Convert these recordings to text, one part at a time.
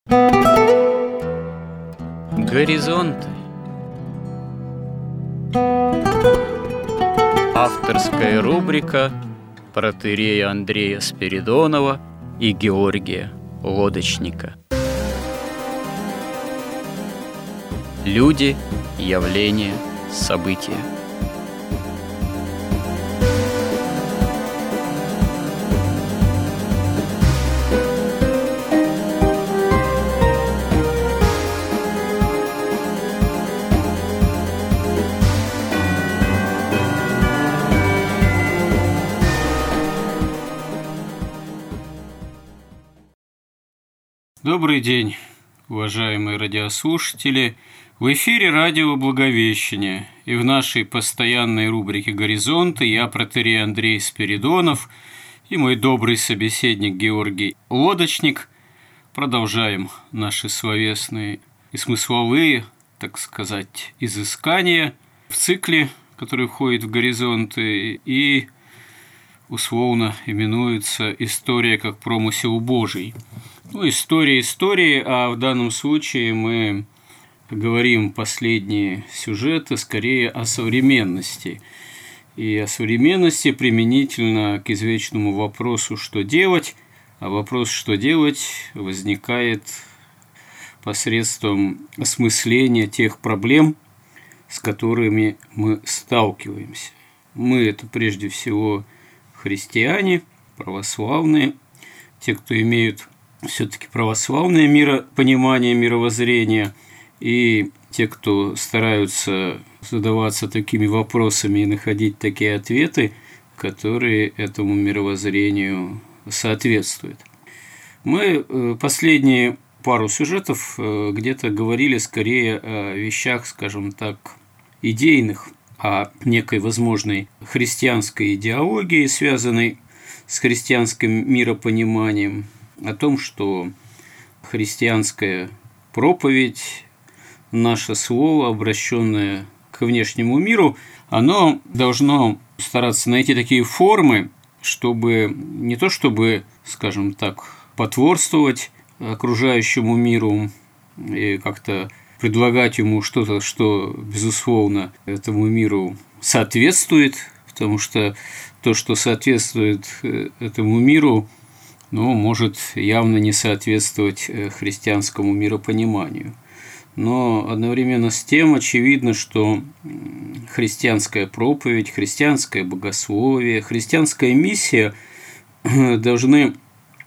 Горизонты. Авторская рубрика протоиерея Андрея Спиридонова и Георгия Лодочника. Люди, явления, события. Добрый день, уважаемые радиослушатели! В эфире радио «Благовещение», и в нашей постоянной рубрике «Горизонты» я, протоиерей Андрей Спиридонов, и мой добрый собеседник Георгий Лодочник продолжаем наши словесные и смысловые, так сказать, изыскания в цикле, который входит в «Горизонты» и условно именуется «История как промысел Божий». История истории, а в данном случае мы говорим последние сюжеты скорее о современности. И о современности применительно к извечному вопросу «что делать?», а вопрос «что делать?» возникает посредством осмысления тех проблем, с которыми мы сталкиваемся. Мы – это прежде всего христиане, православные, те, кто имеют все-таки православное миропонимание, мировоззрение, и те, кто стараются задаваться такими вопросами и находить такие ответы, которые этому мировоззрению соответствуют. Мы последние пару сюжетов где-то говорили скорее о вещах, скажем так, идейных, о некой возможной христианской идеологии, связанной с христианским миропониманием, о том, что христианская проповедь, наше слово, обращенное к внешнему миру, оно должно стараться найти такие формы, чтобы не то чтобы, скажем так, потворствовать окружающему миру и как-то предлагать ему что-то, что, безусловно, этому миру соответствует, потому что то, что соответствует этому миру, может явно не соответствовать христианскому миропониманию. Но одновременно с тем очевидно, что христианская проповедь, христианское богословие, христианская миссия должны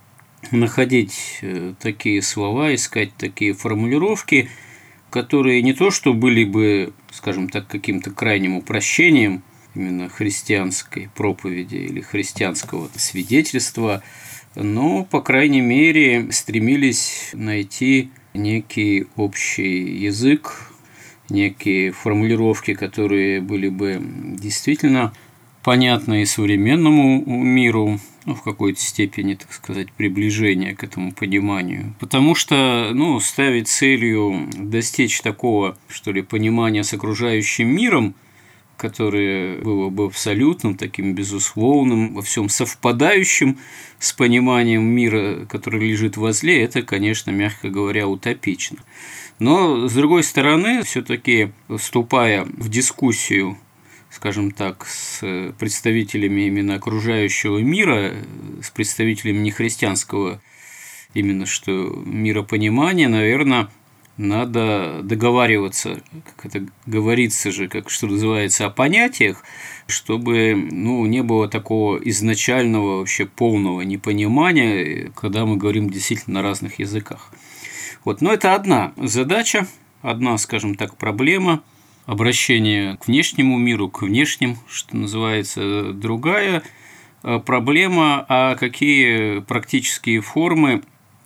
находить такие слова, искать такие формулировки, которые не то что были бы, скажем так, каким-то крайним упрощением именно христианской проповеди или христианского свидетельства, но, по крайней мере, стремились найти некий общий язык, некие формулировки, которые были бы действительно понятны и современному миру, в какой-то степени, так сказать, приближения к этому пониманию. Потому что, ставить целью достичь такого, понимания с окружающим миром, которое было бы абсолютным, таким безусловным, во всем совпадающим с пониманием мира, который лежит возле, это, конечно, мягко говоря, утопично. Но, с другой стороны, все-таки вступая в дискуссию, скажем так, с представителями именно окружающего мира, с представителями нехристианского именно что миропонимания, наверное, надо договариваться, как это говорится же, что называется, о понятиях, чтобы не было такого изначального вообще полного непонимания, когда мы говорим действительно на разных языках. Но это одна задача, одна, скажем так, проблема обращения к внешнему миру, к внешним, что называется, другая проблема, а какие практические формы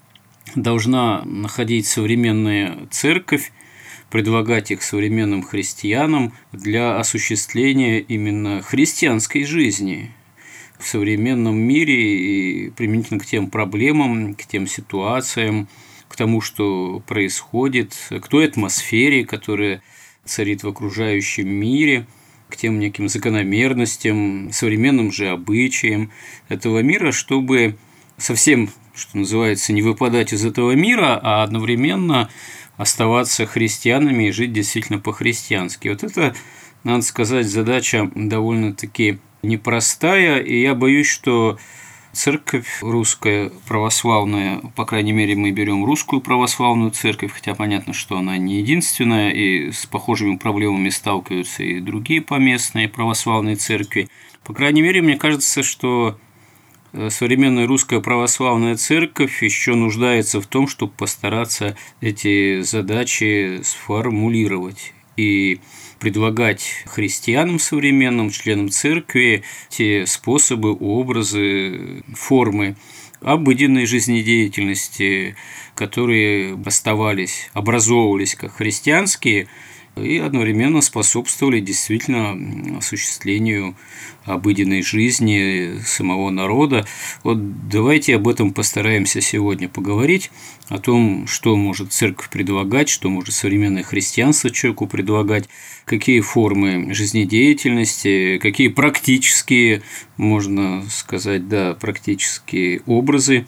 должна находить современная церковь, предлагать их современным христианам для осуществления именно христианской жизни в современном мире и применительно к тем проблемам, к тем ситуациям, к тому, что происходит, к той атмосфере, которая царит в окружающем мире, к тем неким закономерностям, современным же обычаям этого мира, чтобы совсем что называется, не выпадать из этого мира, а одновременно оставаться христианами и жить действительно по-христиански. Вот это, надо сказать, задача довольно-таки непростая, и я боюсь, что церковь русская православная, по крайней мере, мы берем русскую православную церковь, хотя понятно, что она не единственная, и с похожими проблемами сталкиваются и другие поместные православные церкви. По крайней мере, мне кажется, что современная русская православная церковь еще нуждается в том, чтобы постараться эти задачи сформулировать и предлагать христианам современным, членам церкви, те способы, образы, формы обыденной жизнедеятельности, которые образовывались как христианские, и одновременно способствовали действительно осуществлению обыденной жизни самого народа. Вот давайте об этом постараемся сегодня поговорить, о том, что может церковь предлагать, что может современное христианство человеку предлагать, какие формы жизнедеятельности, какие практические, можно сказать, практические образы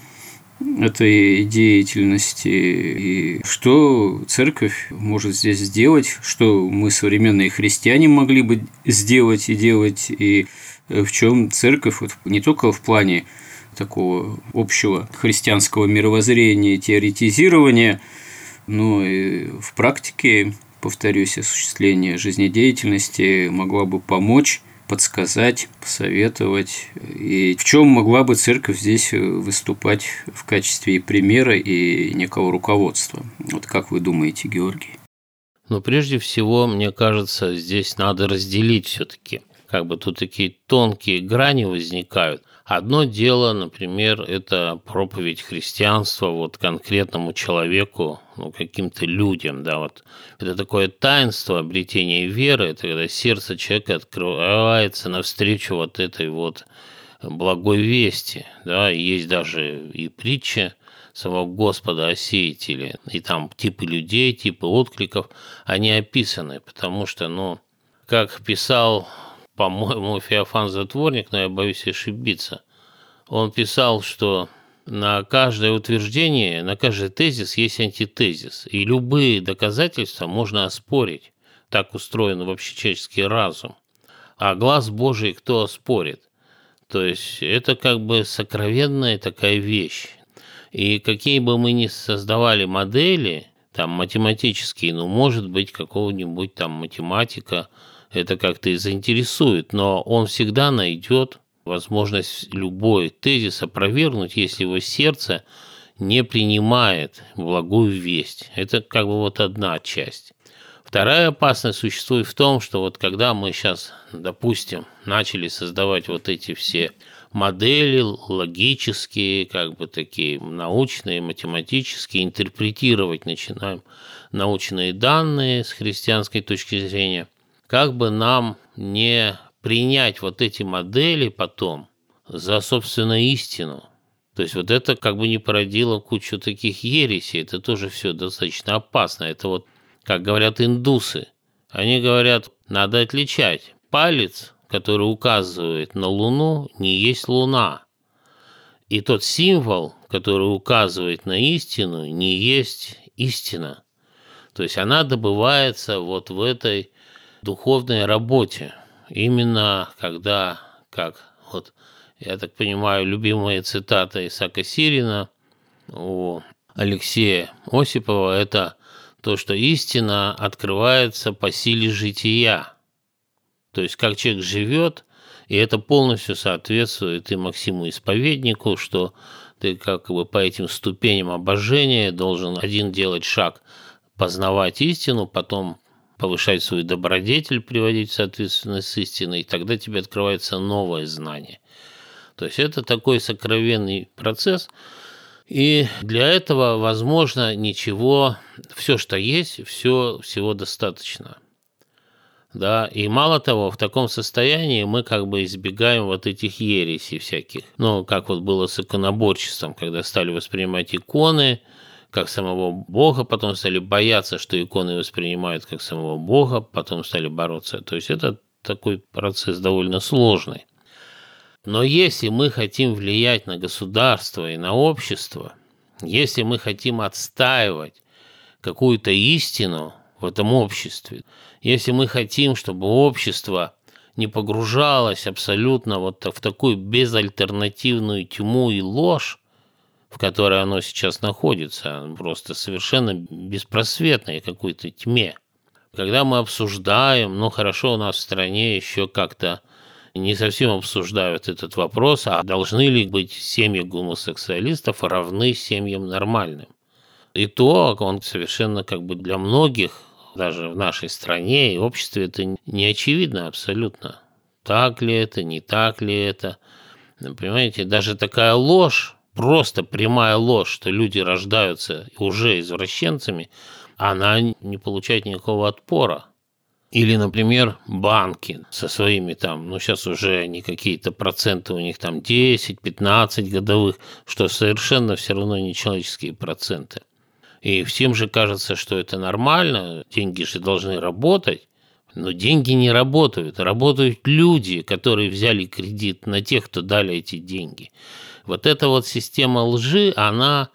этой деятельности, и что церковь может здесь сделать, что мы, современные христиане, могли бы сделать и делать, и в чем церковь вот не только в плане такого общего христианского мировоззрения и теоретизирования, но и в практике, повторюсь, осуществления жизнедеятельности могла бы помочь, подсказать, посоветовать, и в чем могла бы церковь здесь выступать в качестве примера и некого руководства. Вот как вы думаете, Георгий? Но прежде всего, мне кажется, здесь надо разделить все-таки. Тут такие тонкие грани возникают. Одно дело, например, это проповедь христианства конкретному человеку, каким-то людям, Это такое таинство обретения веры, это когда сердце человека открывается навстречу этой благой вести, и есть даже и притча самого Господа о сеятеле, и там типы людей, типы откликов, они описаны, потому что, как писал, по-моему, Феофан Затворник, но я боюсь ошибиться, он писал, что на каждое утверждение, на каждый тезис есть антитезис, и любые доказательства можно оспорить. Так устроен вообще человеческий разум. А глаз Божий кто оспорит? То есть это сокровенная такая вещь. И какие бы мы ни создавали модели, математические, может быть, какого-нибудь математика, это как-то и заинтересует, но он всегда найдет возможность любой тезис опровергнуть, если его сердце не принимает благую весть. Это одна часть. Вторая опасность существует в том, что когда мы сейчас, допустим, начали создавать эти все модели логические, такие научные, математические, интерпретировать начинаем научные данные с христианской точки зрения, нам не принять эти модели потом за собственную истину. То есть это не породило кучу таких ересей, это тоже все достаточно опасно. Это как говорят индусы, они говорят, надо отличать палец, который указывает на Луну, не есть Луна, и тот символ, который указывает на истину, не есть истина. То есть она добывается в этой духовной работе. Именно когда, я так понимаю, любимая цитата Исаака Сирина у Алексея Осипова – это то, что истина открывается по силе жития. То есть как человек живет, и это полностью соответствует и Максиму Исповеднику, что ты по этим ступеням обожения должен один делать шаг, познавать истину, потом повышать свою добродетель, приводить в соответственность с истиной, и тогда тебе открывается новое знание. То есть это такой сокровенный процесс, и для этого, возможно, ничего, все, что есть, всего достаточно. И мало того, в таком состоянии мы избегаем этих ересей всяких. Как было с иконоборчеством, когда стали воспринимать иконы как самого Бога, потом стали бояться, что иконы воспринимают как самого Бога, потом стали бороться. То есть это такой процесс довольно сложный. Но если мы хотим влиять на государство и на общество, если мы хотим отстаивать какую-то истину в этом обществе, если мы хотим, чтобы общество не погружалось абсолютно вот в такую безальтернативную тьму и ложь, в которой оно сейчас находится, просто совершенно беспросветной какой-то тьме. Когда мы обсуждаем, ну хорошо, у нас в стране еще как-то не совсем обсуждают этот вопрос, а должны ли быть семьи гомосексуалистов равны семьям нормальным. И то он совершенно как бы для многих, даже в нашей стране и обществе, это не очевидно абсолютно. Так ли это, не так ли это. Понимаете, даже такая ложь, просто прямая ложь, что люди рождаются уже извращенцами, она не получает никакого отпора. Или, например, банки со своими там, ну сейчас уже они какие-то проценты у них там 10-15 годовых, что совершенно все равно не человеческие проценты. И всем же кажется, что это нормально, деньги же должны работать, но деньги не работают, работают люди, которые взяли кредит на тех, кто дали эти деньги. Вот эта вот система лжи, она,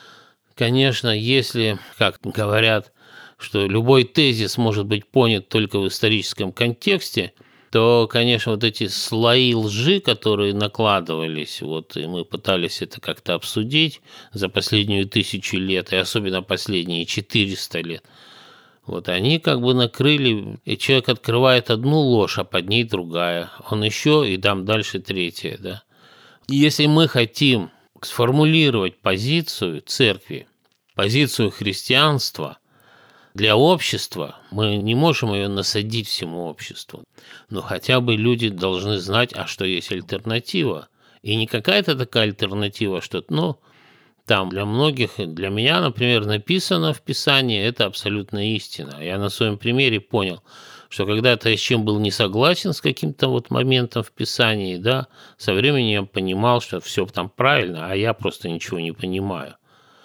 конечно, если, как говорят, что любой тезис может быть понят только в историческом контексте, то, конечно, вот эти слои лжи, которые накладывались, вот, и мы пытались это как-то обсудить за последнюю 1000 лет, и особенно последние 400 лет, вот они как бы накрыли, и человек открывает одну ложь, а под ней другая, он еще и там дальше третья, да. И если мы хотим сформулировать позицию церкви, позицию христианства, для общества мы не можем ее насадить всему обществу, но хотя бы люди должны знать, а что есть альтернатива. И не какая-то такая альтернатива, что, ну, там для многих, для меня, например, написано в Писании, это абсолютная истина. Я на своем примере понял, что когда-то я с чем был не согласен с каким-то вот моментом в Писании, да, со временем я понимал, что все там правильно, а я просто ничего не понимаю.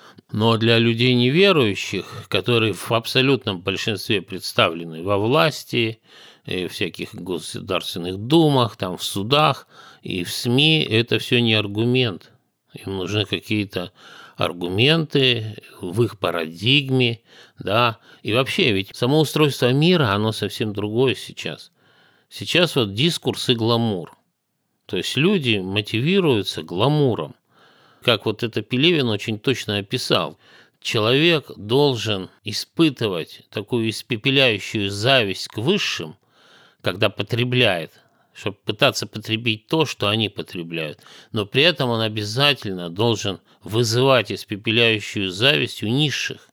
Но для людей неверующих, которые в абсолютном большинстве представлены во власти, в всяких государственных думах, там, в судах и в СМИ, это все не аргумент. Им нужны какие-то аргументы в их парадигме, да. И вообще, ведь само устройство мира, оно совсем другое сейчас. Сейчас вот дискурс и гламур. То есть люди мотивируются гламуром. Как вот это Пелевин очень точно описал, человек должен испытывать такую испепеляющую зависть к высшим, когда потребляет, чтобы пытаться потребить то, что они потребляют, но при этом он обязательно должен вызывать испепеляющую зависть у низших.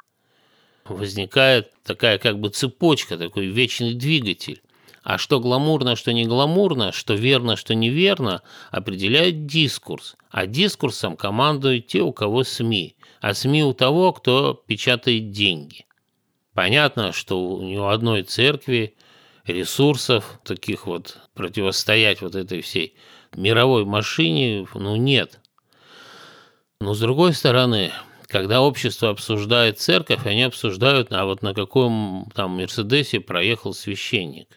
Возникает такая как бы цепочка, такой вечный двигатель. А что гламурно, что не гламурно, что верно, что неверно, определяет дискурс. А дискурсом командуют те, у кого СМИ. А СМИ у того, кто печатает деньги. Понятно, что у ни у одной церкви ресурсов таких вот противостоять вот этой всей мировой машине, ну, нет. Но с другой стороны, когда общество обсуждает церковь, они обсуждают, а вот на каком там Мерседесе проехал священник.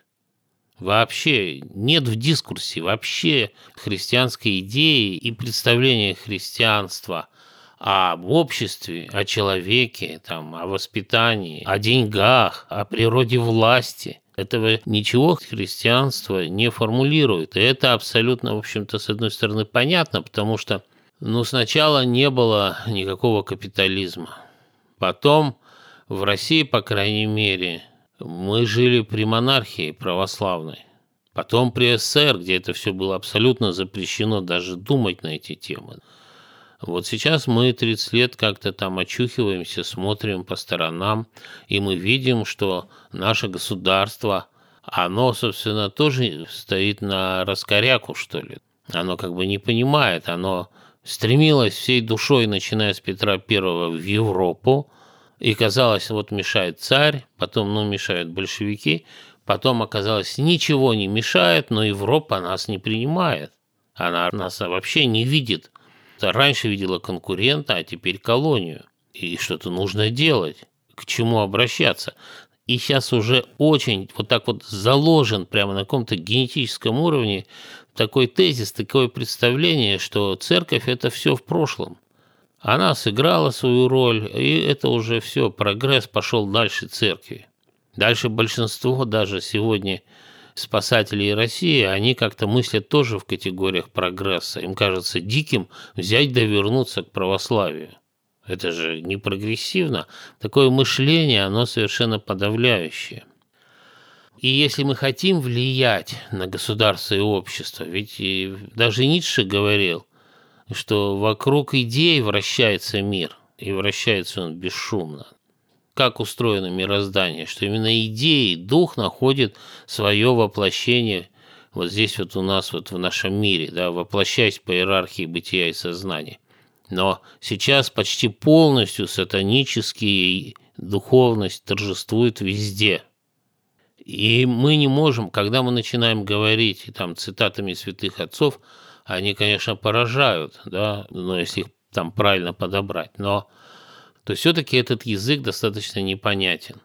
Вообще нет в дискурсе вообще христианской идеи и представления христианства об обществе, о человеке, там, о воспитании, о деньгах, о природе власти. Этого ничего христианство не формулирует. И это абсолютно, в общем-то, с одной стороны, понятно, потому что, ну, сначала не было никакого капитализма. Потом в России, по крайней мере, мы жили при монархии православной, потом при СССР, где это все было абсолютно запрещено даже думать на эти темы. Вот сейчас мы 30 лет как-то там очухиваемся, смотрим по сторонам, и мы видим, что наше государство, оно, собственно, тоже стоит на раскоряку, что ли. Оно как бы не понимает, оно стремилось всей душой, начиная с Петра I, в Европу, и казалось, вот мешает царь, потом, ну, мешают большевики, потом оказалось, ничего не мешает, но Европа нас не принимает. Она нас вообще не видит. Раньше видела конкурента, а теперь колонию. И что-то нужно делать, к чему обращаться. И сейчас уже очень вот так вот заложен прямо на каком-то генетическом уровне такой тезис, такое представление, что церковь – это все в прошлом. Она сыграла свою роль, и это уже все, прогресс пошел дальше церкви. Дальше большинство даже сегодня спасателей России, они как-то мыслят тоже в категориях прогресса. Им кажется диким взять да вернуться к православию. Это же не прогрессивно. Такое мышление, оно совершенно подавляющее. И если мы хотим влиять на государство и общество, ведь и даже Ницше говорил, что вокруг идей вращается мир, и вращается он бесшумно. Как устроено мироздание, что именно идеи, дух находит свое воплощение вот здесь вот у нас, вот в нашем мире, да, воплощаясь по иерархии бытия и сознания. Но сейчас почти полностью сатанические духовность торжествует везде. И мы не можем, когда мы начинаем говорить там цитатами святых отцов, они, конечно, поражают, да, но если их там правильно подобрать, но то все-таки этот язык достаточно непонятен.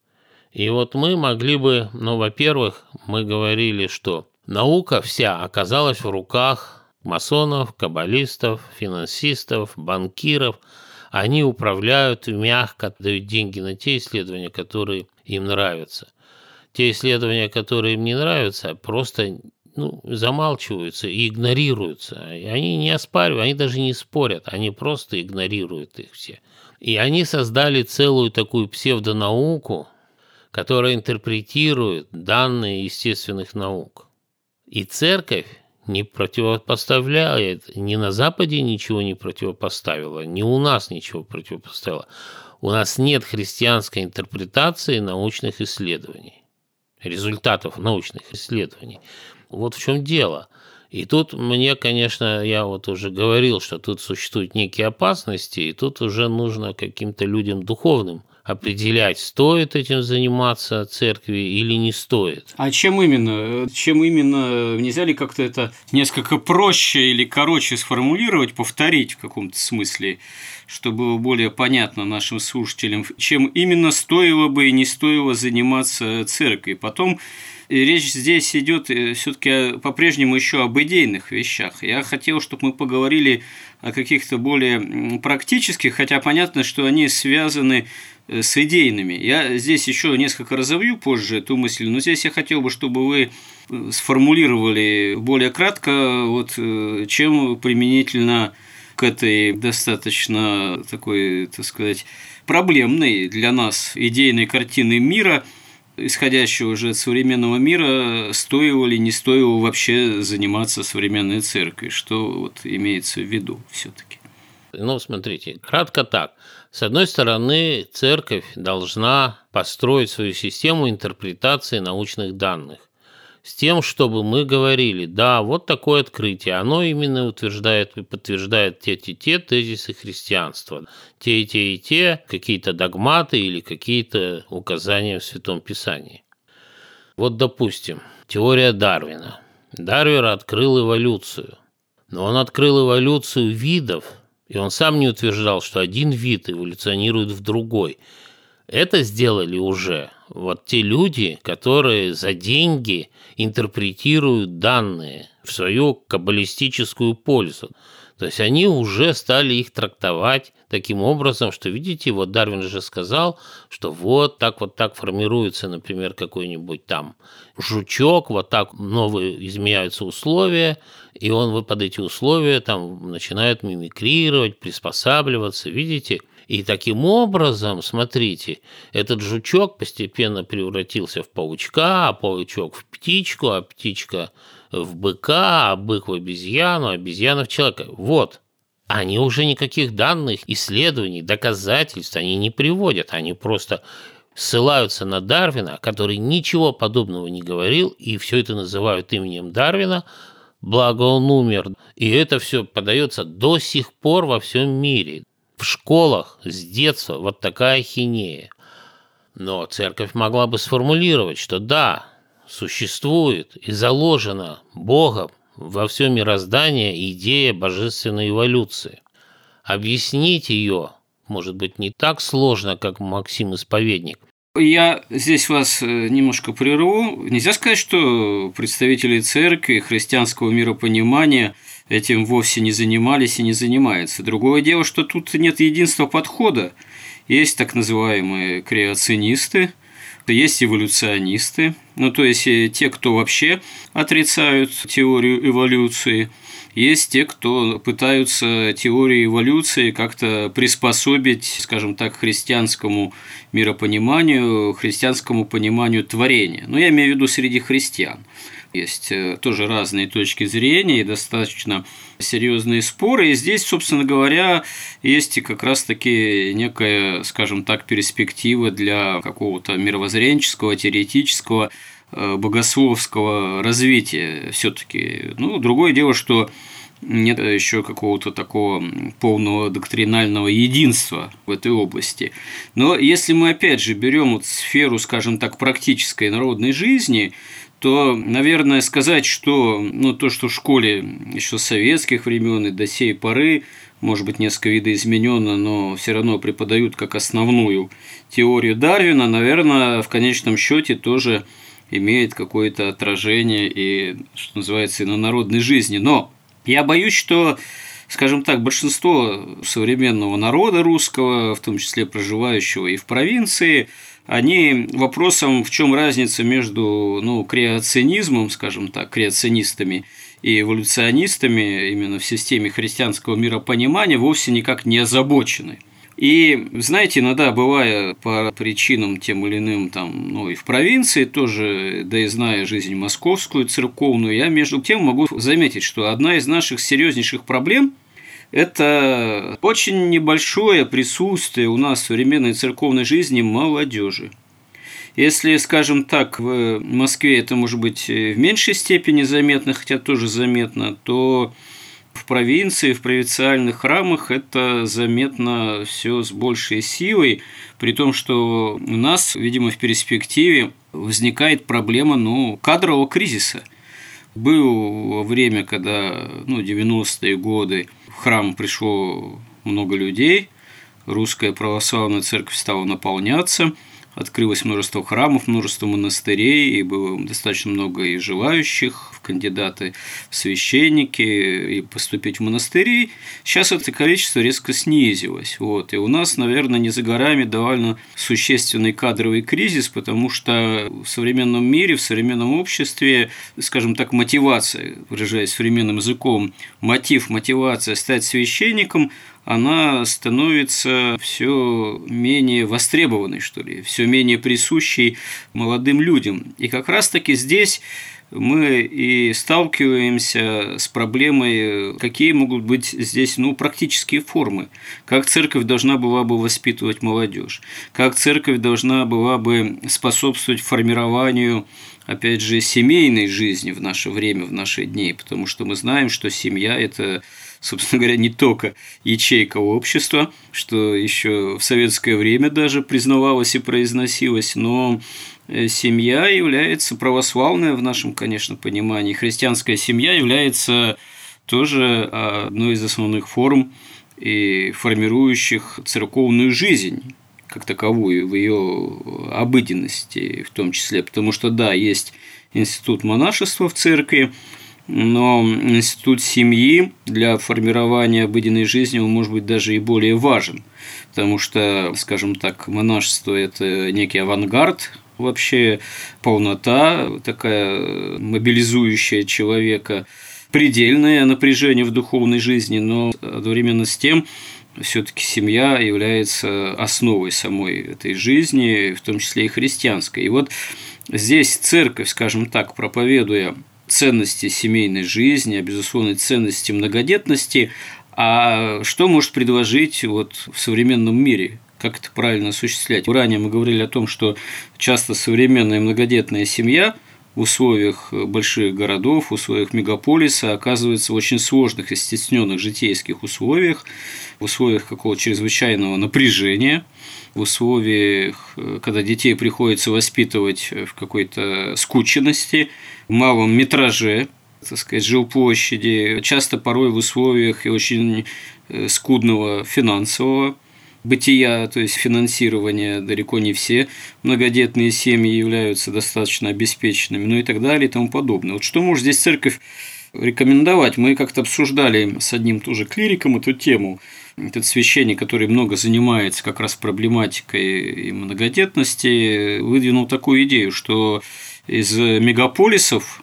И вот мы могли бы, ну, во-первых, мы говорили, что наука вся оказалась в руках масонов, каббалистов, финансистов, банкиров. Они управляют и мягко дают деньги на те исследования, которые им нравятся. Те исследования, которые им не нравятся, просто замалчиваются и игнорируются. И они не оспаривают, они даже не спорят, они просто игнорируют их все. И они создали целую такую псевдонауку, которая интерпретирует данные естественных наук. И церковь не противопоставляет, ни на Западе ничего не противопоставила, ни у нас ничего противопоставила. У нас нет христианской интерпретации научных исследований, результатов научных исследований. Вот в чем дело. И тут мне, конечно, я вот уже говорил, что тут существуют некие опасности, и тут уже нужно каким-то людям духовным определять, стоит этим заниматься церкви или не стоит. А чем именно? Чем именно? Нельзя ли как-то это несколько проще или короче сформулировать, повторить в каком-то смысле, чтобы было более понятно нашим слушателям, чем именно стоило бы и не стоило заниматься церковью? Потом речь здесь идет все-таки по-прежнему еще об идейных вещах. Я хотел, чтобы мы поговорили о каких-то более практических, хотя понятно, что они связаны с идейными. Я здесь еще несколько разовью позже эту мысль, но здесь я хотел бы, чтобы вы сформулировали более кратко, вот, чем применительно к этой достаточно такой, так сказать, проблемной для нас идейной картины мира, исходящего уже от современного мира, стоило ли, не стоило вообще заниматься современной церковью, что вот имеется в виду все-таки. Ну, смотрите, кратко так. С одной стороны, церковь должна построить свою систему интерпретации научных данных с тем, чтобы мы говорили, да, вот такое открытие, оно именно утверждает и подтверждает те тезисы христианства, те и те какие-то догматы или какие-то указания в Святом Писании. Вот, допустим, теория Дарвина. Дарвин открыл эволюцию, но он открыл эволюцию видов, и он сам не утверждал, что один вид эволюционирует в другой. Это сделали уже вот те люди, которые за деньги интерпретируют данные в свою каббалистическую пользу. То есть они уже стали их трактовать таким образом, что, видите, вот Дарвин же сказал, что вот так формируется, например, какой-нибудь там жучок, вот так новые изменяются условия, и он под эти условия там начинает мимикрировать, приспосабливаться, видите? И таким образом, смотрите, этот жучок постепенно превратился в паучка, а паучок в птичку, а птичка в быка, а бык в обезьяну, а обезьяна в человека. Вот. Они уже никаких данных, исследований, доказательств они не приводят. Они просто ссылаются на Дарвина, который ничего подобного не говорил, и все это называют именем Дарвина, благо он умер. И это все подается до сих пор во всем мире. В школах с детства вот такая ахинея. Но церковь могла бы сформулировать, что да, существует и заложена Богом во все мироздание идея божественной эволюции. Объяснить ее может быть не так сложно, как Максим Исповедник, Я здесь вас немножко прерву. Нельзя сказать, что представители церкви, христианского миропонимания этим вовсе не занимались и не занимаются. Другое дело, что тут нет единства подхода. Есть так называемые креационисты, есть эволюционисты, то есть те, кто вообще отрицают теорию эволюции, есть те, кто пытаются теорию эволюции как-то приспособить, скажем так, христианскому миропониманию, христианскому пониманию творения. Я имею в виду среди христиан. Есть тоже разные точки зрения и достаточно серьезные споры. И здесь, собственно говоря, есть и как раз-таки некая, скажем так, перспектива для какого-то мировоззренческого, теоретического, богословского развития все-таки. Другое дело, что нет еще какого-то такого полного доктринального единства в этой области. Но если мы опять же берем сферу, скажем так, практической народной жизни, то, наверное, сказать, что то, что в школе еще с советских времен и до сей поры, может быть, несколько видоизменено, но все равно преподают как основную теорию Дарвина, наверное, в конечном счете тоже имеет какое-то отражение и, что называется, и на народной жизни. Но я боюсь, что, скажем так, большинство современного народа русского, в том числе проживающего и в провинции, они вопросом, в чем разница между креационизмом, скажем так, креационистами и эволюционистами именно в системе христианского миропонимания, вовсе никак не озабочены. И, знаете, иногда бывая по причинам тем или иным и в провинции тоже, да и зная жизнь московскую, церковную, я между тем могу заметить, что одна из наших серьезнейших проблем – это очень небольшое присутствие у нас в современной церковной жизни молодежи. Если, скажем так, в Москве это может быть в меньшей степени заметно, хотя тоже заметно, то в провинции, в провинциальных храмах это заметно все с большей силой, при том, что у нас, видимо, в перспективе возникает проблема кадрового кризиса. Было время, когда 90-е годы в храм пришло много людей, русская православная церковь стала наполняться, открылось множество храмов, множество монастырей, и было достаточно много и желающих в кандидаты в священники и поступить в монастыри. Сейчас это количество резко снизилось. И у нас, наверное, не за горами довольно существенный кадровый кризис, потому что в современном мире, в современном обществе, скажем так, мотивация, выражаясь современным языком, мотивация стать священником, она становится все менее востребованной, все менее присущей молодым людям. И как раз-таки здесь мы и сталкиваемся с проблемой, какие могут быть здесь практические формы, как церковь должна была бы воспитывать молодежь, как церковь должна была бы способствовать формированию, опять же, семейной жизни в наше время, в наши дни, потому что мы знаем, что семья – это, собственно говоря, не только ячейка общества, что еще в советское время даже признавалось и произносилось, но семья является православная в нашем, конечно, понимании. Христианская семья является тоже одной из основных форм и формирующих церковную жизнь как таковую в ее обыденности в том числе, потому что, да, есть институт монашества в церкви, но институт семьи для формирования обыденной жизни он может быть даже и более важен, потому что, скажем так, монашество – это некий авангард, вообще полнота, такая мобилизующая человека, предельное напряжение в духовной жизни, но одновременно с тем все-таки семья является основой самой этой жизни, в том числе и христианской. И здесь церковь, скажем так, проповедуя ценности семейной жизни, безусловной ценности многодетности, а что может предложить в современном мире? Как это правильно осуществлять? Ранее мы говорили о том, что часто современная многодетная семья в условиях больших городов, в условиях мегаполиса оказывается в очень сложных и стесненных житейских условиях, в условиях какого-то чрезвычайного напряжения, в условиях, когда детей приходится воспитывать в какой-то скученности, в малом метраже, так сказать, жилплощади, часто порой в условиях и очень скудного финансового бытия, то есть финансирования. Далеко не все многодетные семьи являются достаточно обеспеченными, ну и так далее и тому подобное. Вот что может здесь церковь рекомендовать? Мы как-то обсуждали с одним тоже клириком эту тему. Этот священник, который много занимается как раз проблематикой и многодетности, выдвинул такую идею, что из мегаполисов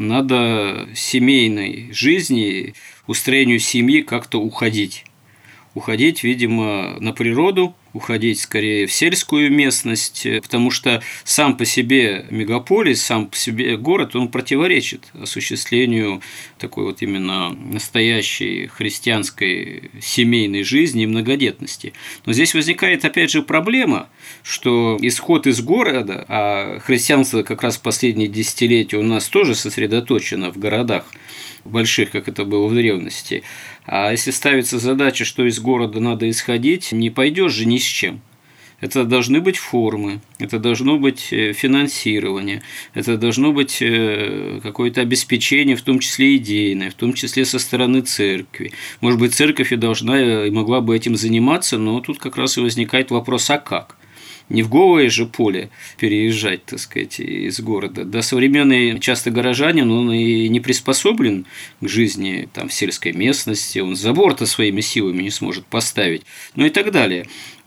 надо семейной жизни, устроению семьи как-то уходить. Уходить, видимо, на природу, уходить скорее в сельскую местность, потому что сам по себе мегаполис, сам по себе город, он противоречит осуществлению такой вот именно настоящей христианской семейной жизни и многодетности. Но здесь возникает опять же проблема, что исход из города, а христианство как раз в последние десятилетия у нас тоже сосредоточено в городах больших, как это было в древности. А если ставится задача, что из города надо исходить, не пойдешь же ни с чем. Это должны быть формы, это должно быть финансирование, это должно быть какое-то обеспечение, в том числе идейное, в том числе со стороны церкви. Может быть, церковь и должна и могла бы этим заниматься, но тут как раз и возникает вопрос, а как? Не в голое же поле переезжать, так сказать, из города. Да, современный часто горожанин, он и не приспособлен к жизни там, в сельской местности, он забор-то своими силами не сможет поставить, ну и так далее.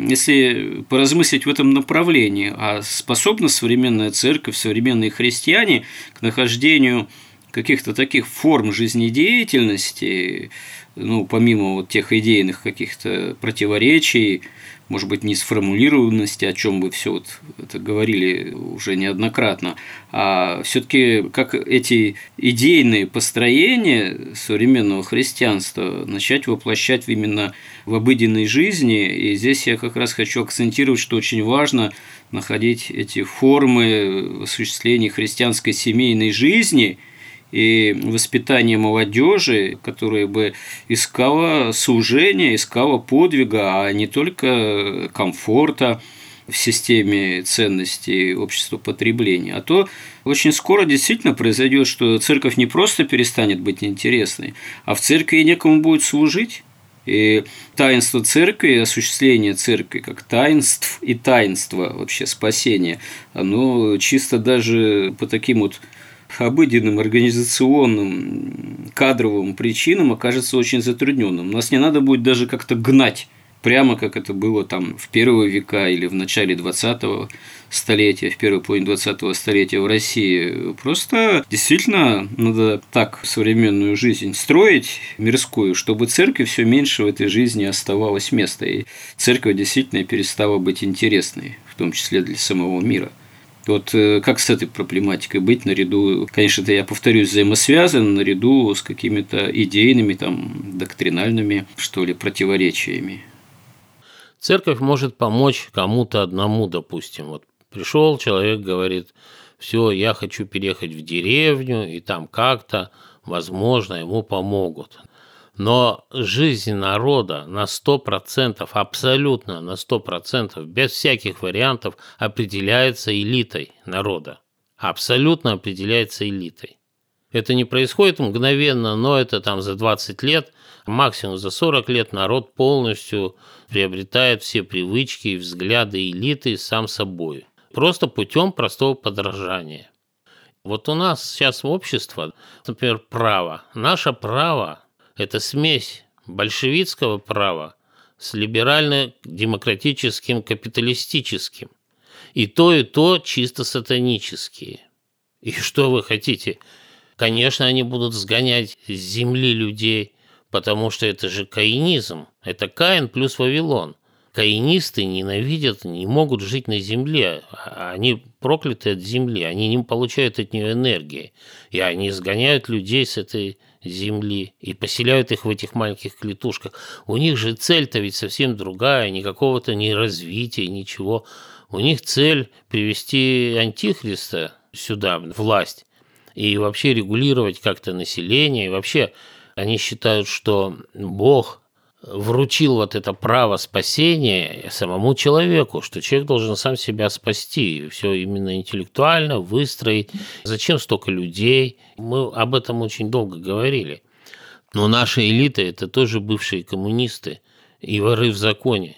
Если поразмыслить в этом направлении, а способна современная церковь, современные христиане к нахождению каких-то таких форм жизнедеятельности, ну, помимо вот тех идейных каких-то противоречий, может быть, не сформулированности, о чем вы все вот это говорили уже неоднократно, а все-таки как эти идейные построения современного христианства начать воплощать именно в обыденной жизни. И здесь я как раз хочу акцентировать, что очень важно находить эти формы осуществления христианской семейной жизни и воспитание молодежи, которая бы искала служения, искала подвига, а не только комфорта в системе ценностей общества потребления. А то очень скоро действительно произойдет, что церковь не просто перестанет быть интересной, а в церкви и некому будет служить. И таинство церкви, осуществление церкви как таинств и таинства вообще спасения, оно чисто даже по таким вот обыденным, организационным, кадровым причинам окажется очень затрудненным. Нас не надо будет даже как-то гнать, прямо как это было там в первые века или в начале 20-го столетия, в первой половине 20-го столетия в России. Просто действительно надо так современную жизнь строить, мирскую, чтобы церкви все меньше в этой жизни оставалось места, и церковь действительно перестала быть интересной, в том числе для самого мира. Вот как с этой проблематикой быть наряду, конечно, это я повторюсь, взаимосвязано, наряду с какими-то идейными, там, доктринальными, что ли, противоречиями. Церковь может помочь кому-то одному, допустим. Вот пришел человек, говорит, все, я хочу переехать в деревню, и там как-то, возможно, ему помогут. Но жизнь народа на 100%, абсолютно на 100%, без всяких вариантов определяется элитой народа. Абсолютно определяется элитой. Это не происходит мгновенно, но это там за 20 лет, максимум за 40 лет народ полностью приобретает все привычки и взгляды элиты сам собой. Просто путем простого подражания. Вот у нас сейчас общество, например, право. Наше право – это смесь большевистского права с либерально-демократическим капиталистическим. И то чисто сатанические. И что вы хотите? Конечно, они будут сгонять с земли людей, потому что это же каинизм. Это Каин плюс Вавилон. Каинисты ненавидят, не могут жить на земле. Они прокляты от земли, они не получают от нее энергии. И они сгоняют людей с этой земли и поселяют их в этих маленьких клетушках. У них же цель-то ведь совсем другая, никакого-то ни развития, ничего. У них цель привести антихриста сюда, в власть, и вообще регулировать как-то население. И вообще они считают, что Бог вручил вот это право спасения самому человеку, что человек должен сам себя спасти, все именно интеллектуально выстроить. Зачем столько людей? Мы об этом очень долго говорили. Но наша элита – это тоже бывшие коммунисты и воры в законе.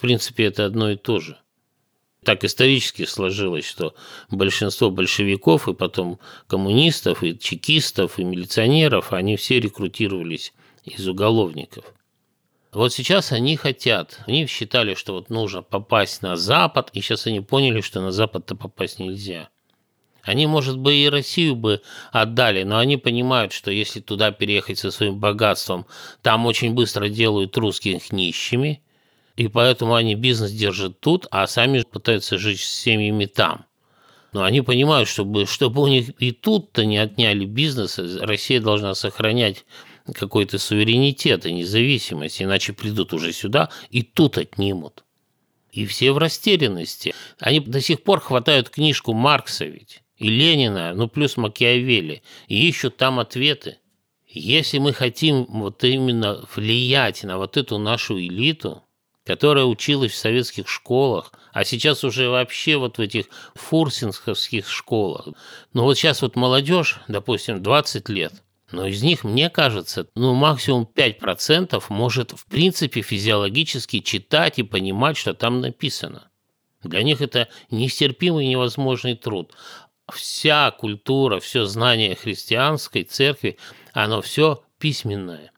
принципе, это одно и то же. Так исторически сложилось, что большинство большевиков и потом коммунистов, и чекистов, и милиционеров, они все рекрутировались из уголовников. Вот сейчас они считали, что вот нужно попасть на Запад, и сейчас они поняли, что на Запад-то попасть нельзя. Они, может быть, и Россию бы отдали, но они понимают, что если туда переехать со своим богатством, там очень быстро делают русских нищими, и поэтому они бизнес держат тут, а сами пытаются жить с семьями там. Но они понимают, чтобы у них и тут-то не отняли бизнес, Россия должна сохранять какой-то суверенитет и независимость, иначе придут уже сюда и тут отнимут. И все в растерянности. Они до сих пор хватают книжку Маркса ведь, и Ленина, плюс Макиавелли, и ищут там ответы. Если мы хотим вот именно влиять на вот эту нашу элиту, которая училась в советских школах, а сейчас уже вообще вот в этих фурсинговских школах. Но вот сейчас вот молодежь, допустим, 20 лет, но из них, мне кажется, максимум 5% может, в принципе, физиологически читать и понимать, что там написано. Для них это нестерпимый невозможный труд. Вся культура, все знание христианской церкви, оно все письменное.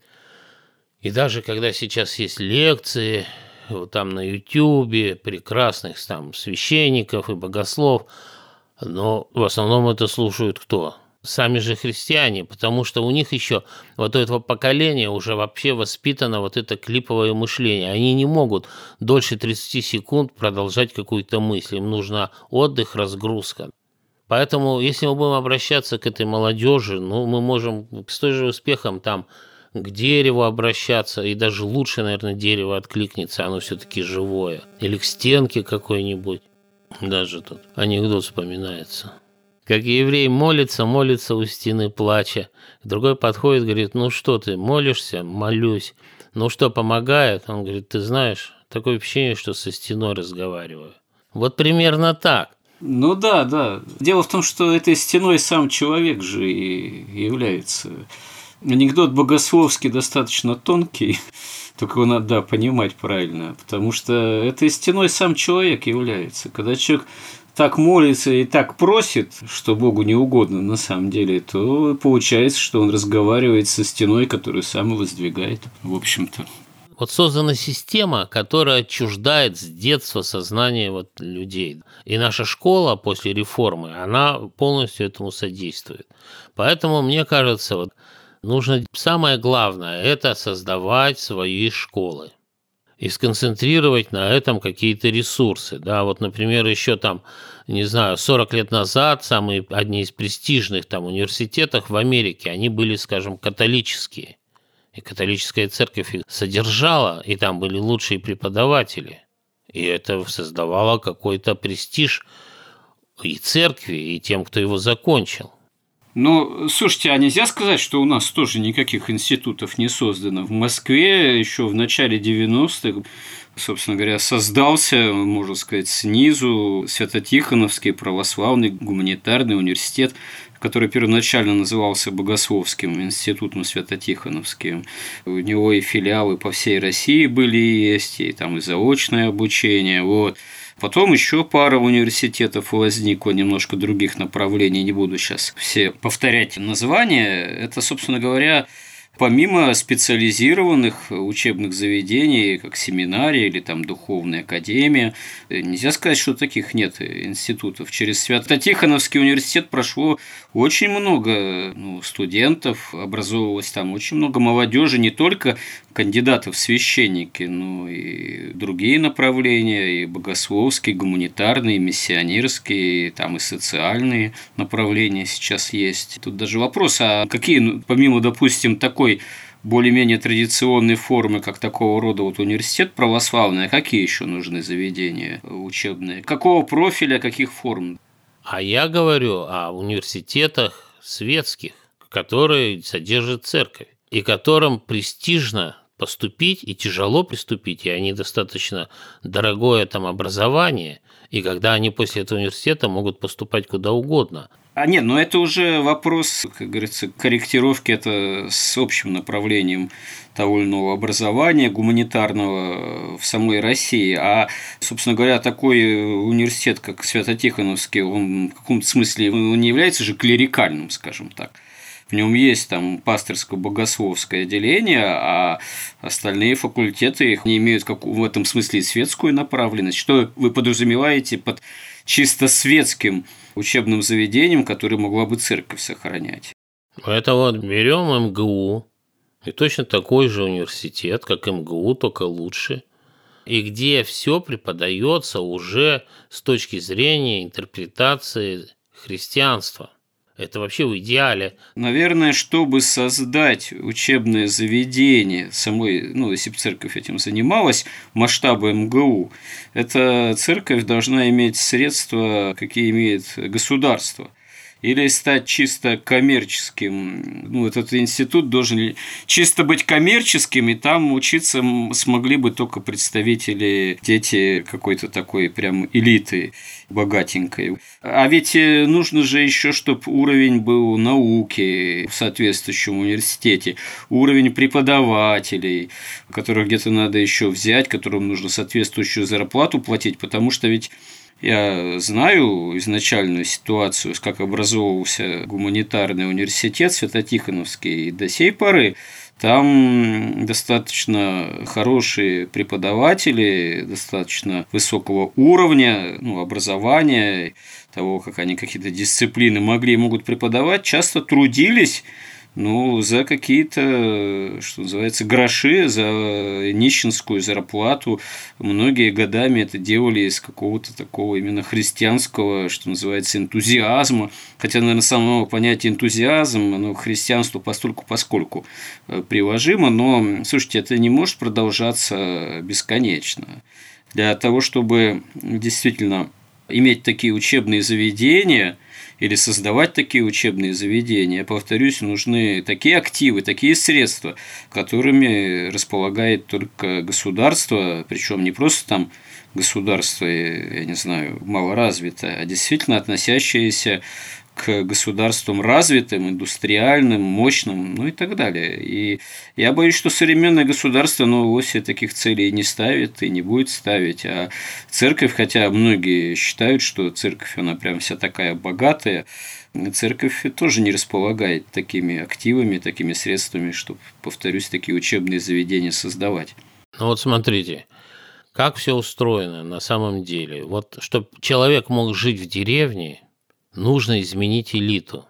И даже когда сейчас есть лекции вот там на Ютубе прекрасных там священников и богослов, но в основном это слушают кто? Сами же христиане, потому что у них еще вот у этого поколения уже вообще воспитано вот это клиповое мышление. Они не могут дольше 30 секунд продолжать какую-то мысль. Им нужна отдых, разгрузка. Поэтому, если мы будем обращаться к этой молодежи, мы можем с той же успехом там к дереву обращаться, и даже лучше, наверное, дерево откликнется, оно все-таки живое. Или к стенке какой-нибудь. Даже тут анекдот вспоминается. Как еврей молится у стены плача. Другой подходит, говорит, что ты, молишься? Молюсь. Что, помогает? Он говорит, ты знаешь, такое ощущение, что со стеной разговариваю. Вот примерно так. Да. Дело в том, что этой стеной сам человек же и является. Анекдот богословский достаточно тонкий, только его надо понимать правильно, потому что этой стеной сам человек является. Когда человек так молится и так просит, что Богу не угодно на самом деле, то получается, что он разговаривает со стеной, которую сам и воздвигает, в общем-то. Вот создана система, которая отчуждает с детства сознание людей. И наша школа после реформы, она полностью этому содействует. Поэтому, мне кажется, нужно самое главное – это создавать свои школы и сконцентрировать на этом какие-то ресурсы. Например, еще 40 лет назад одни из престижных университетов в Америке, они были, скажем, католические. И католическая церковь их содержала, и там были лучшие преподаватели. И это создавало какой-то престиж и церкви, и тем, кто его закончил. Слушайте, а нельзя сказать, что у нас тоже никаких институтов не создано? В Москве еще в начале 90-х, собственно говоря, создался, можно сказать, снизу Свято-Тихоновский православный гуманитарный университет, который первоначально назывался Богословским институтом Свято-Тихоновским. У него и филиалы по всей России были и есть, и там и заочное обучение, Потом еще пара университетов возникло, немножко других направлений, не буду сейчас все повторять названия. Это, собственно говоря, помимо специализированных учебных заведений, как семинария или духовная академия, нельзя сказать, что таких нет институтов. Через Свято-Тихоновский университет прошло очень много студентов, образовывалось там очень много молодежи, не только кандидатов в священники, но и другие направления, и богословские, и гуманитарные, и миссионерские, и социальные направления сейчас есть. Тут даже вопрос, а какие, помимо, допустим, такой более-менее традиционной формы, как такого рода университет православный, а какие еще нужны заведения учебные? Какого профиля, каких форм? А я говорю о университетах светских, которые содержат церковь, и которым престижно поступить, и тяжело приступить, и они достаточно дорогое там образование, и когда они после этого университета могут поступать куда угодно. Нет, но это уже вопрос, как говорится, корректировки это с общим направлением того или иного образования гуманитарного в самой России. А, собственно говоря, такой университет, как Свято-Тихоновский, он в каком-то смысле он не является же клерикальным, скажем так. В нем есть там пастырско-богословское отделение, а остальные факультеты их не имеют как в этом смысле и светскую направленность. Что вы подразумеваете под чисто светским учебным заведением, которое могла бы церковь сохранять? Это вот берем МГУ, и точно такой же университет, как МГУ, только лучше, и где все преподается уже с точки зрения интерпретации христианства. Это вообще в идеале. Наверное, чтобы создать учебное заведение самой, если бы церковь этим занималась, масштаба МГУ, эта церковь должна иметь средства, какие имеет государство. Или стать чисто коммерческим. Этот институт должен чисто быть коммерческим, и там учиться смогли бы только представители, дети какой-то такой прям элиты богатенькой. А ведь нужно же еще, чтобы уровень был науки в соответствующем университете, уровень преподавателей, которых где-то надо еще взять, которым нужно соответствующую зарплату платить, потому что ведь я знаю изначальную ситуацию, как образовывался гуманитарный университет Свято-Тихоновский, и до сей поры там достаточно хорошие преподаватели, достаточно высокого уровня образования, того, как они какие-то дисциплины могли и могут преподавать, часто трудились за какие-то, что называется, гроши, за нищенскую зарплату. Многие годами это делали из какого-то такого именно христианского, что называется, энтузиазма. Хотя, наверное, само понятие энтузиазм, оно к христианству постольку-поскольку приложимо, но, слушайте, это не может продолжаться бесконечно. Для того, чтобы действительно иметь такие учебные заведения или создавать такие учебные заведения, повторюсь, нужны такие активы, такие средства, которыми располагает только государство, причем не просто там государство, я не знаю, малоразвитое, а действительно относящееся к государствам развитым, индустриальным, мощным, и так далее. И я боюсь, что современное государство, вовсе таких целей не ставит и не будет ставить. А церковь, хотя многие считают, что церковь, она прям вся такая богатая, церковь тоже не располагает такими активами, такими средствами, чтобы, повторюсь, такие учебные заведения создавать. Смотрите, как все устроено на самом деле. Вот, чтобы человек мог жить в деревне, нужно изменить элиту.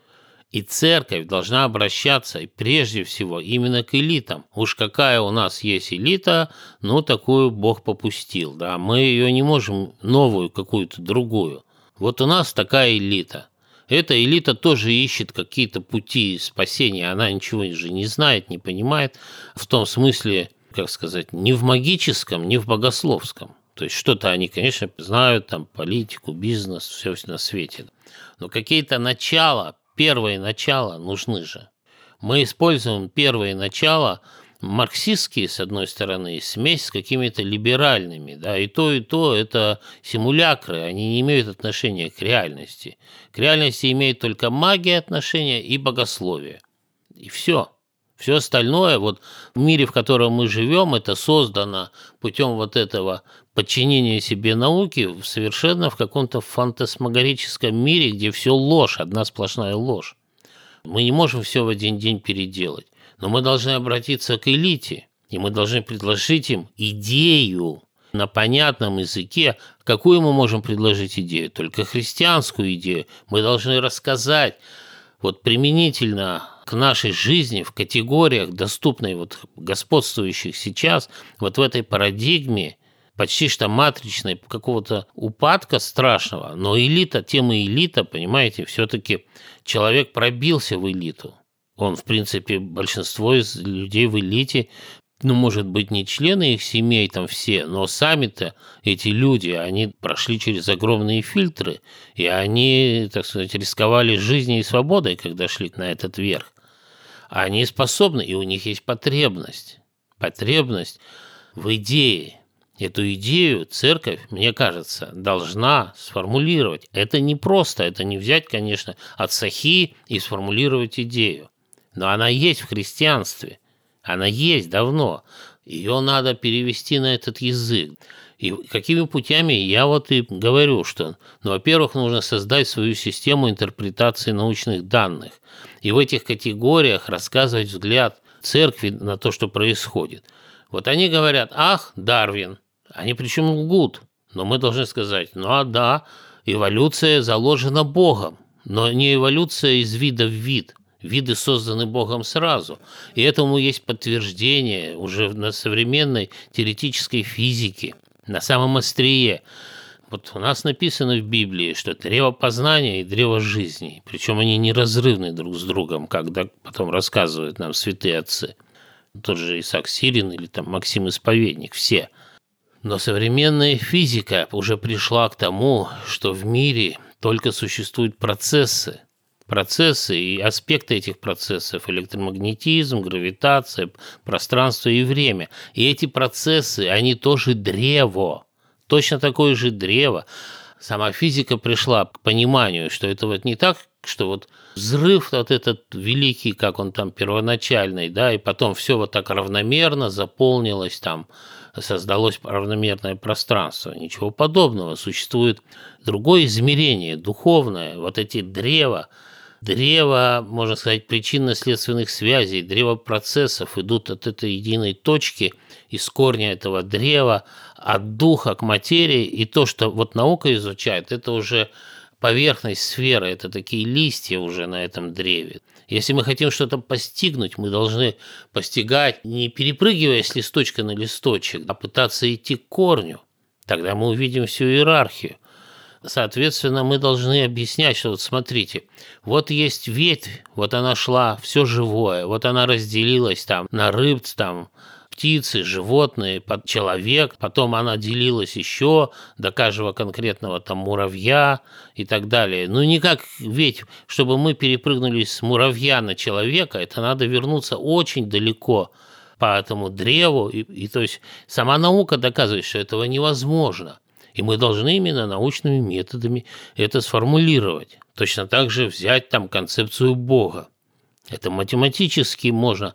И церковь должна обращаться прежде всего именно к элитам. Уж какая у нас есть элита, такую Бог попустил. Да? Мы ее не можем новую какую-то другую. Вот у нас такая элита. Эта элита тоже ищет какие-то пути спасения. Она ничего же не знает, не понимает. В том смысле, не в магическом, не в богословском. То есть что-то они, конечно, знают, там, политику, бизнес, все на свете. Но какие-то начала, первые начала нужны же. Мы используем первые начала марксистские, с одной стороны, смесь с какими-то либеральными. Да, и то это симулякры, они не имеют отношения к реальности. К реальности имеет только магия отношения и богословие. И все. Все остальное, в мире, в котором мы живем, это создано путем этого подчинения себе науки совершенно в каком-то фантасмагорическом мире, где все ложь, одна сплошная ложь. Мы не можем все в один день переделать, но мы должны обратиться к элите, и мы должны предложить им идею на понятном языке. Какую мы можем предложить идею? Только христианскую идею. Мы должны рассказать применительно к нашей жизни в категориях, доступной господствующих сейчас, в этой парадигме почти что матричной какого-то упадка страшного, но элита, тем и элита, понимаете, все-таки человек пробился в элиту. Он, в принципе, большинство из людей в элите, может быть, не члены их семей там все, но сами-то эти люди, они прошли через огромные фильтры, и они, рисковали жизнью и свободой, когда шли на этот верх. Они способны, и у них есть потребность. потребность в идее. Эту идею церковь, мне кажется, должна сформулировать. Это не просто, это не взять, конечно, от сахи и сформулировать идею. Но она есть в христианстве, она есть давно. Ее надо перевести на этот язык. И какими путями, я вот и говорю, что, во-первых, нужно создать свою систему интерпретации научных данных. И в этих категориях рассказывать взгляд церкви на то, что происходит. Вот они говорят: ах, Дарвин. Они причем лгут. Но мы должны сказать: да, эволюция заложена Богом, но не эволюция из вида в вид. Виды созданы Богом сразу. И этому есть подтверждение уже на современной теоретической физике, на самом острие. Вот у нас написано в Библии, что древо познания и древо жизни, причем они неразрывны друг с другом, когда потом рассказывают нам святые отцы. Тот же Исаак Сирин или там Максим Исповедник, все. Но современная физика уже пришла к тому, что в мире только существуют процессы и аспекты этих процессов: электромагнетизм, гравитация, пространство и время. И эти процессы, они тоже древо, точно такое же древо. Сама физика пришла к пониманию, что это вот не так, что вот взрыв вот этот великий, как он там первоначальный, да, и потом все вот так равномерно заполнилось там, создалось равномерное пространство. Ничего подобного. Существует другое измерение, духовное. Вот эти древа, можно сказать, причинно-следственных связей, древо процессов идут от этой единой точки, из корня этого древа, от духа к материи. И то, что вот наука изучает, это уже поверхность сферы, это такие листья уже на этом древе. Если мы хотим что-то постигнуть, мы должны постигать, не перепрыгивая с листочка на листочек, а пытаться идти к корню. Тогда мы увидим всю иерархию. Соответственно, мы должны объяснять, что вот смотрите, вот есть ветвь, вот она шла, все живое, вот она разделилась там на рыб, там, птицы, животные, человек, потом она делилась еще до каждого конкретного там муравья и так далее. Ну, никак ведь, чтобы мы перепрыгнули с муравья на человека, это надо вернуться очень далеко по этому древу, и то есть сама наука доказывает, что этого невозможно. И мы должны именно научными методами это сформулировать. Точно так же взять там концепцию Бога. Это математически можно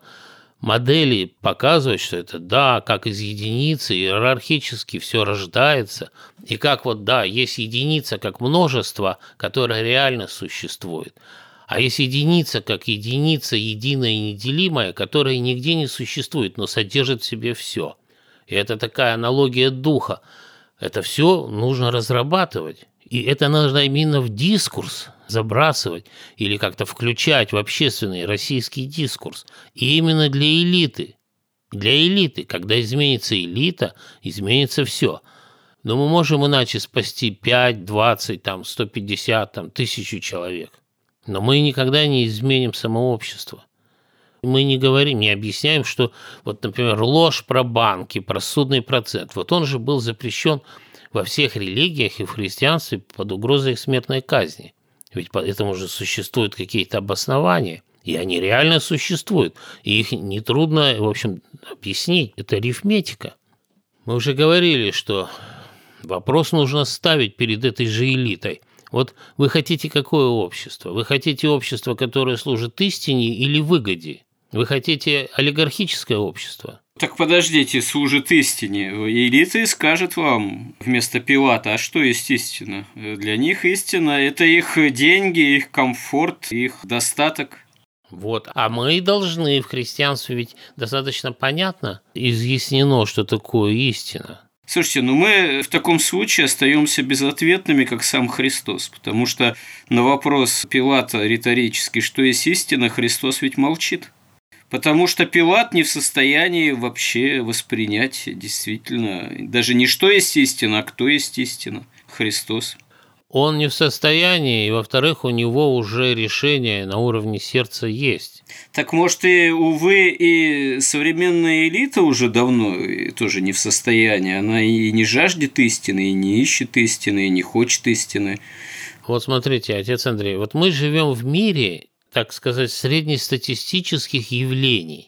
модели показывать, что это да, как из единицы иерархически все рождается, и как вот да, есть единица как множество, которое реально существует, а есть единица как единица единая и неделимая, которая нигде не существует, но содержит в себе все. И это такая аналогия духа. Это все нужно разрабатывать. И это нужно именно в дискурс забрасывать или как-то включать в общественный российский дискурс. И именно для элиты. Для элиты. Когда изменится элита, изменится все. Но мы можем иначе спасти 5, 20, там, 150, там, 1000 человек. Но мы никогда не изменим само общество. Мы не говорим, не объясняем, что, вот, например, ложь про банки, про судный процент. Вот он же был запрещен во всех религиях и в христианстве под угрозой смертной казни. Ведь по этому же существуют какие-то обоснования, и они реально существуют. И их нетрудно, в общем, объяснить. Это арифметика. Мы уже говорили, что вопрос нужно ставить перед этой же элитой. Вот вы хотите какое общество? Вы хотите общество, которое служит истине или выгоде? Вы хотите олигархическое общество? Так подождите, служит истине. Элита скажет вам вместо Пилата, а что есть истина? Для них истина – это их деньги, их комфорт, их достаток. Вот, а мы должны в христианстве, ведь достаточно понятно изъяснено, что такое истина. Слушайте, мы в таком случае остаемся безответными, как сам Христос, потому что на вопрос Пилата риторический, что есть истина, Христос ведь молчит. Потому что Пилат не в состоянии вообще воспринять действительно даже не что есть истина, а кто есть истина – Христос. Он не в состоянии, и, во-вторых, у него уже решение на уровне сердца есть. Так может, увы, и современная элита уже давно тоже не в состоянии. Она и не жаждет истины, и не ищет истины, и не хочет истины. Вот смотрите, отец Андрей, вот мы живем в мире, так сказать, среднестатистических явлений.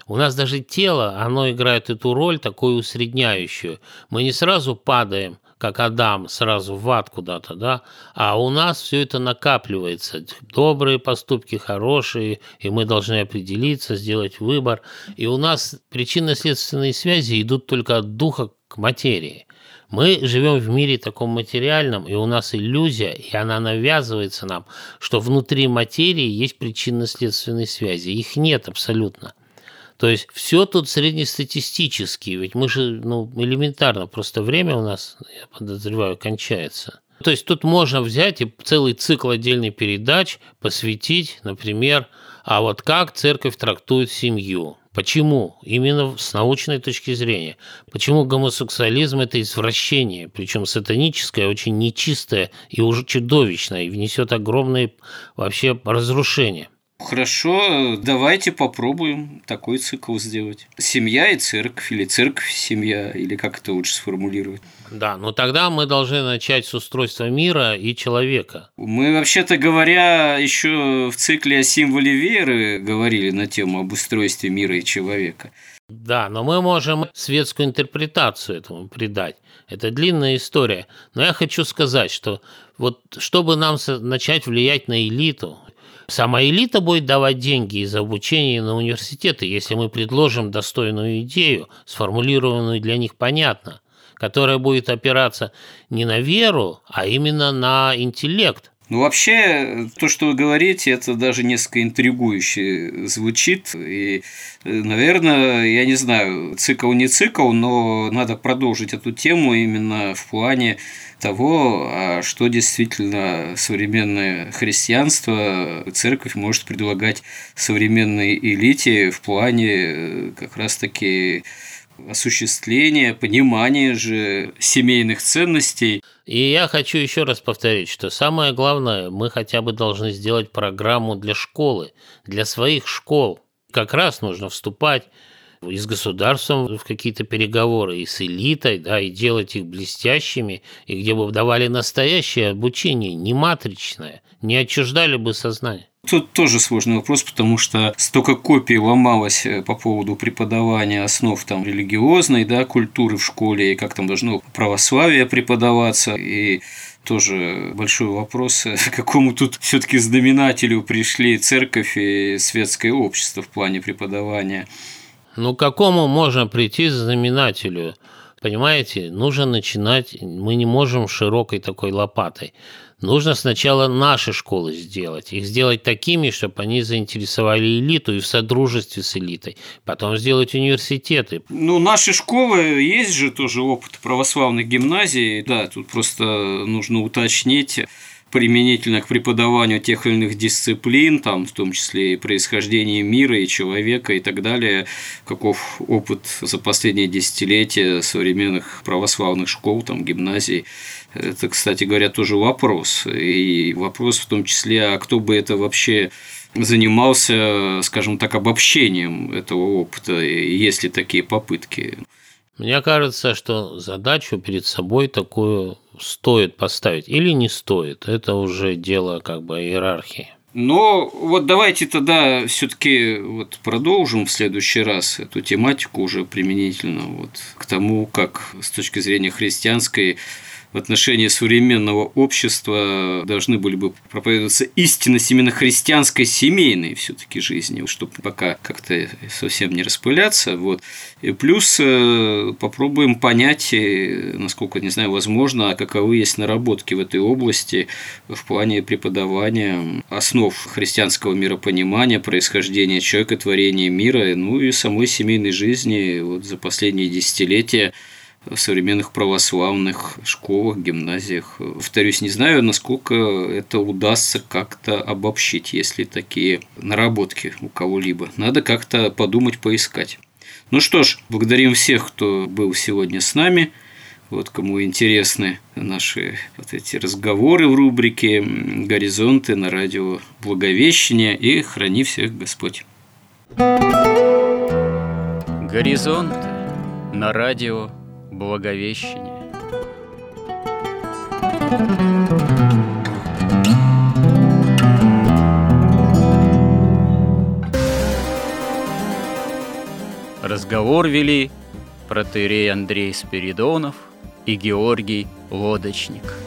У нас даже тело, оно играет эту роль такую усредняющую. Мы не сразу падаем, как Адам, сразу в ад куда-то, да, а у нас все это накапливается. Добрые поступки, хорошие, и мы должны определиться, сделать выбор. И у нас причинно-следственные связи идут только от духа к материи. Мы живем в мире таком материальном, и у нас иллюзия, и она навязывается нам, что внутри материи есть причинно-следственные связи. Их нет абсолютно. То есть все тут среднестатистически, ведь мы же элементарно, просто время у нас, я подозреваю, кончается. То есть тут можно взять и целый цикл отдельных передач посвятить, например, а вот как церковь трактует семью. Почему? Именно с научной точки зрения. Почему гомосексуализм – это извращение, причем сатаническое, очень нечистое и уже чудовищное, и внесет огромные вообще разрушения. Хорошо, давайте попробуем такой цикл сделать. Семья и церковь, или церковь и семья, или как это лучше сформулировать? Да, но тогда мы должны начать с устройства мира и человека. Мы, вообще-то говоря, еще в цикле о символе веры говорили на тему об устройстве мира и человека. Да, но мы можем светскую интерпретацию этому придать. Это длинная история. Но я хочу сказать, что вот чтобы нам начать влиять на элиту, сама элита будет давать деньги за обучение на университеты, если мы предложим достойную идею, сформулированную для них понятно, которая будет опираться не на веру, а именно на интеллект. Вообще, то, что вы говорите, это даже несколько интригующе звучит. И, наверное, я не знаю, цикл не цикл, но надо продолжить эту тему именно в плане того, что действительно современное христианство, церковь может предлагать современной элите в плане как раз-таки осуществления, понимания же семейных ценностей. И я хочу еще раз повторить, что самое главное, мы хотя бы должны сделать программу для школы, для своих школ. Как раз нужно вступать и с государством в какие-то переговоры, и с элитой, да, и делать их блестящими, и где бы давали настоящее обучение, не матричное, не отчуждали бы сознание. Тут тоже сложный вопрос, потому что столько копий ломалось по поводу преподавания основ религиозной, культуры в школе, и как там должно православие преподаваться, и тоже большой вопрос, к какому тут все-таки знаменателю пришли церковь и светское общество в плане преподавания. К какому можно прийти знаменателю? Понимаете, нужно начинать, мы не можем широкой такой лопатой. Нужно сначала наши школы сделать, их сделать такими, чтобы они заинтересовали элиту и в содружестве с элитой. Потом сделать университеты. Наши школы, есть же тоже опыт православных гимназий. Да, тут просто нужно уточнить применительно к преподаванию тех или иных дисциплин, в том числе и происхождение мира, и человека, и так далее, каков опыт за последние десятилетия современных православных школ, гимназий. Это, кстати говоря, тоже вопрос. И вопрос в том числе, а кто бы это вообще занимался, скажем так, обобщением этого опыта, есть ли такие попытки? Мне кажется, что задачу перед собой такую стоит поставить или не стоит. Это уже дело иерархии. Но давайте тогда все-таки продолжим в следующий раз эту тематику уже применительно к тому, как с точки зрения христианской в отношении современного общества должны были бы проповедоваться истинность именно христианской семейной все-таки жизни, чтобы пока как-то совсем не распыляться. И плюс попробуем понять, насколько, не знаю, возможно, каковы есть наработки в этой области в плане преподавания основ христианского миропонимания, происхождения человека, творения мира, и самой семейной жизни за последние десятилетия в современных православных школах, гимназиях. Повторюсь, не знаю, насколько это удастся как-то обобщить, если такие наработки у кого-либо. Надо как-то подумать, поискать. Что ж, благодарим всех, кто был сегодня с нами. Кому интересны наши эти разговоры в рубрике «Горизонты» на радио Благовещение. И храни всех Господь. Горизонты на радио Благовещение. Разговор вели протоиерей Андрей Спиридонов и Георгий Лодочник.